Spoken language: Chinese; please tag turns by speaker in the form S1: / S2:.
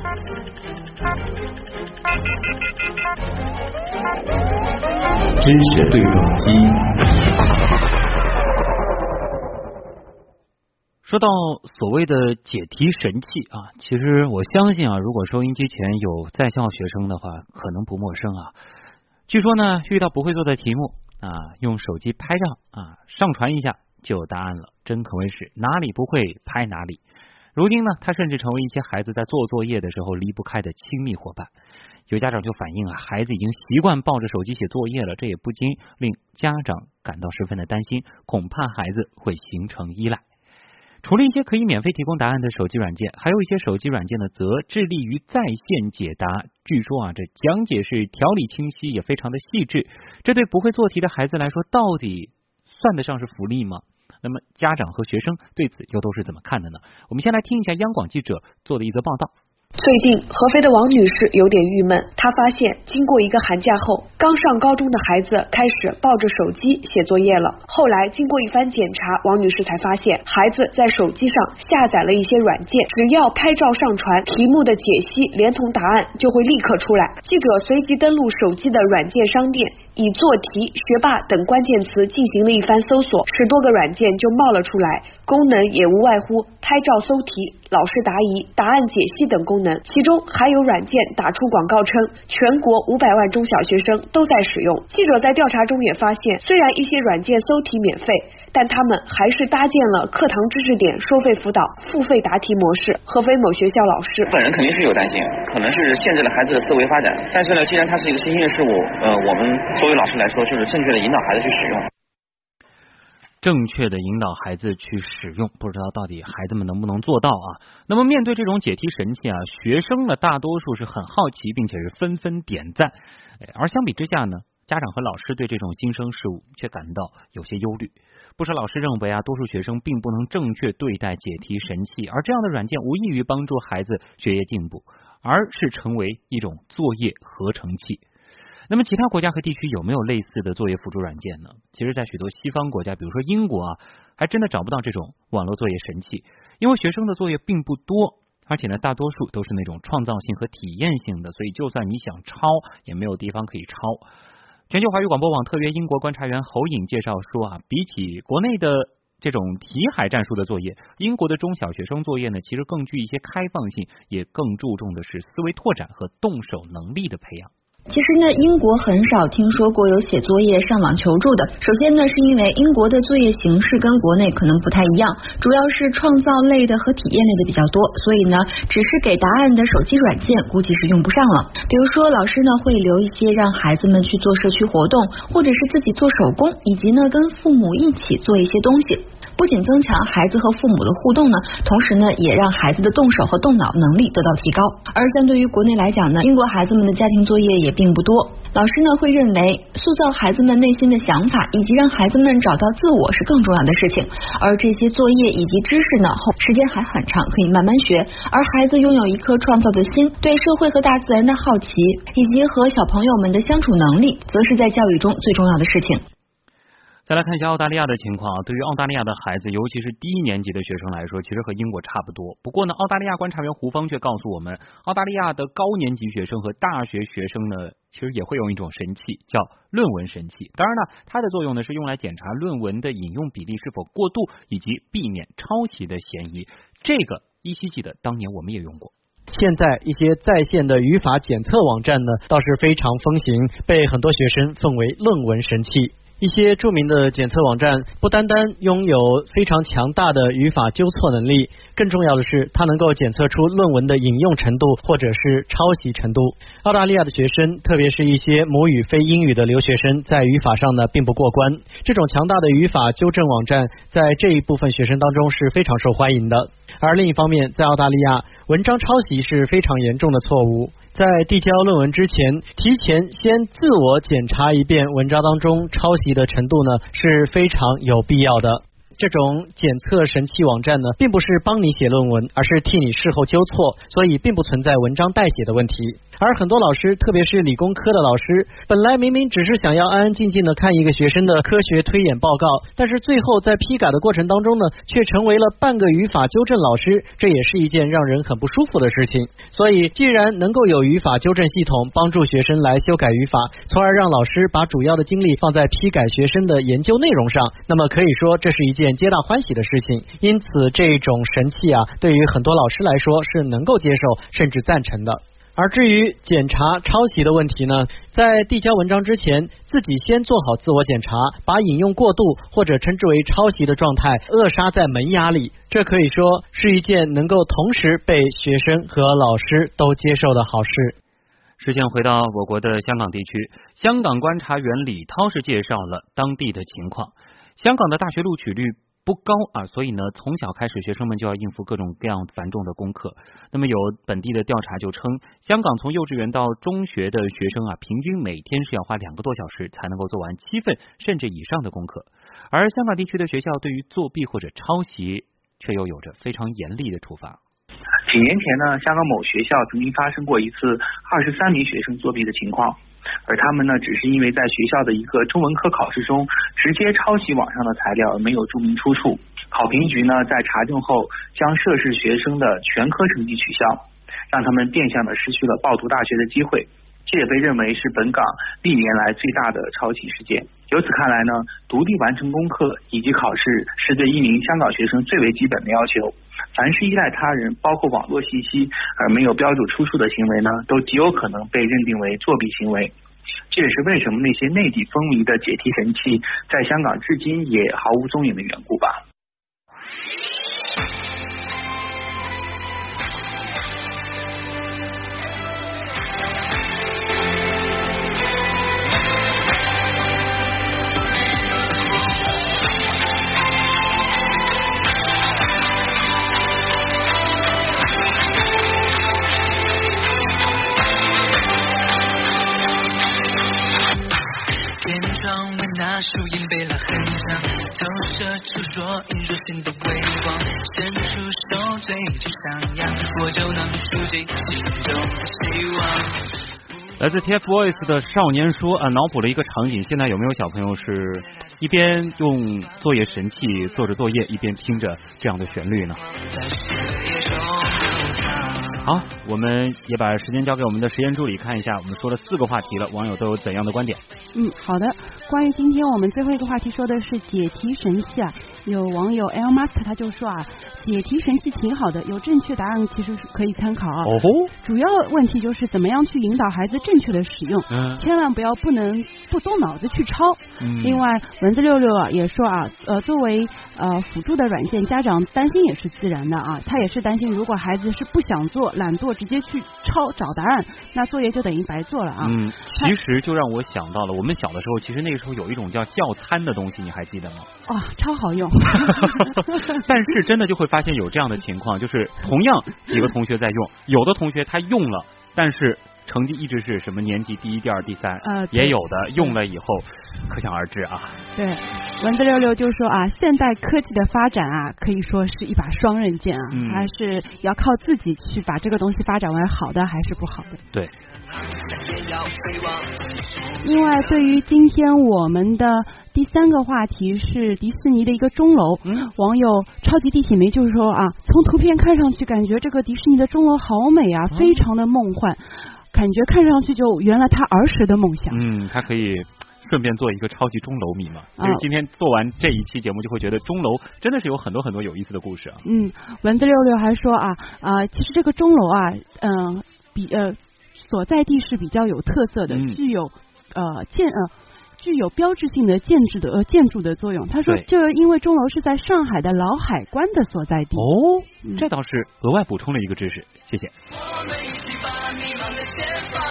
S1: 知识对撞机。
S2: 说到所谓的解题神器啊，其实我相信啊，如果收音机前有在校学生的话，可能不陌生啊。据说呢，遇到不会做的题目啊，用手机拍照啊，上传一下就有答案了，真可谓是哪里不会拍哪里。如今呢，它甚至成为一些孩子在做作业的时候离不开的亲密伙伴。有家长就反映啊，孩子已经习惯抱着手机写作业了，这也不禁令家长感到十分的担心，恐怕孩子会形成依赖。除了一些可以免费提供答案的手机软件，还有一些手机软件呢，则致力于在线解答。据说啊，这讲解是条理清晰，也非常的细致。这对不会做题的孩子来说，到底算得上是福利吗？那么家长和学生对此又都是怎么看的呢？我们先来听一下央广记者做的一则报道。
S3: 最近，合肥的王女士有点郁闷，她发现经过一个寒假后，刚上高中的孩子开始抱着手机写作业了。后来经过一番检查，王女士才发现，孩子在手机上下载了一些软件，只要拍照上传，题目的解析连同答案就会立刻出来。记者随即登录手机的软件商店，以做题、学霸等关键词进行了一番搜索，10多个软件就冒了出来，功能也无外乎拍照搜题、老师答疑、答案解析等功能。其中还有软件打出广告称全国500万中小学生都在使用。记者在调查中也发现，虽然一些软件搜题免费，但他们还是搭建了课堂知识点收费辅导、付费答题模式。合肥某学校老师
S4: 本人肯定是有担心，可能是限制了孩子的思维发展。但是呢，既然它是一个新兴的事物，我们作为老师来说，就是正确的引导孩子去使用。
S2: 正确的引导孩子去使用，不知道到底孩子们能不能做到啊？那么面对这种解题神器啊，学生呢大多数是很好奇，并且是纷纷点赞。而相比之下呢，家长和老师对这种新生事物却感到有些忧虑。不少老师认为啊，多数学生并不能正确对待解题神器，而这样的软件无异于帮助孩子学业进步，而是成为一种作业合成器。那么其他国家和地区有没有类似的作业辅助软件呢？其实在许多西方国家，比如说英国啊，还真的找不到这种网络作业神器，因为学生的作业并不多，而且呢大多数都是那种创造性和体验性的，所以就算你想抄也没有地方可以抄。全球华语广播网特约英国观察员侯颖介绍说啊，比起国内的这种题海战术的作业，英国的中小学生作业呢其实更具一些开放性，也更注重的是思维拓展和动手能力的培养。
S5: 其实呢，英国很少听说过有写作业上网求助的。首先呢，是因为英国的作业形式跟国内可能不太一样，主要是创造类的和体验类的比较多，所以呢，只是给答案的手机软件估计是用不上了。比如说，老师呢会留一些让孩子们去做社区活动，或者是自己做手工，以及呢跟父母一起做一些东西。不仅增强孩子和父母的互动呢，同时呢也让孩子的动手和动脑能力得到提高。而相对于国内来讲呢，英国孩子们的家庭作业也并不多。老师呢会认为塑造孩子们内心的想法，以及让孩子们找到自我是更重要的事情。而这些作业以及知识呢，时间还很长，可以慢慢学。而孩子拥有一颗创造的心，对社会和大自然的好奇，以及和小朋友们的相处能力，则是在教育中最重要的事情。
S2: 再来看一下澳大利亚的情况啊，对于澳大利亚的孩子，尤其是低年级的学生来说，其实和英国差不多。不过呢，澳大利亚观察员胡芳却告诉我们，澳大利亚的高年级学生和大学学生呢，其实也会用一种神器，叫论文神器。当然呢，它的作用呢是用来检查论文的引用比例是否过度，以及避免抄袭的嫌疑。这个依稀记得当年我们也用过。
S6: 现在一些在线的语法检测网站呢，倒是非常风行，被很多学生奉为论文神器。一些著名的检测网站不单单拥有非常强大的语法纠错能力，更重要的是它能够检测出论文的引用程度或者是抄袭程度。澳大利亚的学生，特别是一些母语非英语的留学生，在语法上呢并不过关。这种强大的语法纠正网站在这一部分学生当中是非常受欢迎的。而另一方面，在澳大利亚，文章抄袭是非常严重的错误。在递交论文之前，提前先自我检查一遍文章当中抄袭的程度呢，是非常有必要的。 这种检测神器网站呢，并不是帮你写论文，而是替你事后纠错，所以并不存在文章代写的问题。而很多老师，特别是理工科的老师，本来明明只是想要安安静静的看一个学生的科学推演报告，但是最后在批改的过程当中呢，却成为了半个语法纠正老师，这也是一件让人很不舒服的事情。所以既然能够有语法纠正系统帮助学生来修改语法，从而让老师把主要的精力放在批改学生的研究内容上，那么可以说这是一件皆大欢喜的事情。因此这种神器啊，对于很多老师来说是能够接受甚至赞成的。而至于检查抄袭的问题呢，在递交文章之前，自己先做好自我检查，把引用过度或者称之为抄袭的状态扼杀在门牙里，这可以说是一件能够同时被学生和老师都接受的好事。
S2: 视线回到我国的香港地区，香港观察员李涛是介绍了当地的情况。香港的大学录取率不高啊，所以呢，从小开始学生们就要应付各种各样繁重的功课。那么有本地的调查就称，香港从幼稚园到中学的学生啊，平均每天是要花2个多小时才能够做完7份甚至以上的功课。而香港地区的学校对于作弊或者抄袭却又有着非常严厉的处罚。
S7: 几年前呢，香港某学校曾经发生过一次23名学生作弊的情况，而他们呢，只是因为在学校的一个中文科考试中直接抄袭网上的材料而没有注明出处。考评局呢，在查证后将涉事学生的全科成绩取消，让他们变相的失去了报读大学的机会。这也被认为是本港历年来最大的抄袭事件。由此看来呢，独立完成功课以及考试是对一名香港学生最为基本的要求。凡是依赖他人，包括网络信息而没有标注出处的行为呢，都极有可能被认定为作弊行为。这也是为什么那些内地风靡的解题神器在香港至今也毫无踪影的缘故吧。
S8: 树荫被拉很长，投射出若隐若现的微光，伸出手追着上扬，我就能触及心中的希望。
S2: 来自 TFBOYS 的少年说啊，脑补了一个场景，现在有没有小朋友是一边用作业神器做着作业，一边听着这样的旋律呢？好，我们也把时间交给我们的实验助理，看一下我们说了4个话题了，网友都有怎样的观点？
S9: 好的。关于今天我们最后一个话题说的是解题神器啊，有网友 L Master 他就说啊，解题神器挺好的，有正确答案其实是可以参考啊。主要问题就是怎么样去引导孩子正确的使用，千万不能不动脑子去抄。另外蚊子66啊也说啊，作为辅助的软件，家长担心也是自然的啊，他也是担心如果孩子是不想做、懒惰，直接去找答案，那作业就等于白做了啊。
S2: 其实就让我想到了，我们小的时候，其实那个时候有一种叫教餐的东西，你还记得吗？
S9: 超好用。
S2: 但是真的就会发现有这样的情况，就是同样几个同学在用，有的同学他用了，但是成绩一直是什么年级第1、第2、第3，也有的用了以后可想而知啊。对，
S9: 蚊子66就说啊，现代科技的发展啊，可以说是一把双刃剑啊，还是要靠自己去把这个东西发展为好的还是不好的。
S2: 对。
S9: 另外，对于今天我们的第3个话题是迪士尼的一个钟楼，网友超级地铁梅就是说啊，从图片看上去感觉这个迪士尼的钟楼好美啊，非常的梦幻，感觉看上去就圆了他儿时的梦想。
S2: 他可以顺便做一个超级钟楼迷嘛。所以今天做完这一期节目，就会觉得钟楼真的是有很多很多有意思的故事啊。
S9: 蚊子66还说啊，其实这个钟楼啊，所在地是比较有特色的，具有标志性的建筑的作用。他说，这因为钟楼是在上海的老海关的所在地。
S2: 这倒是额外补充了一个知识，谢谢。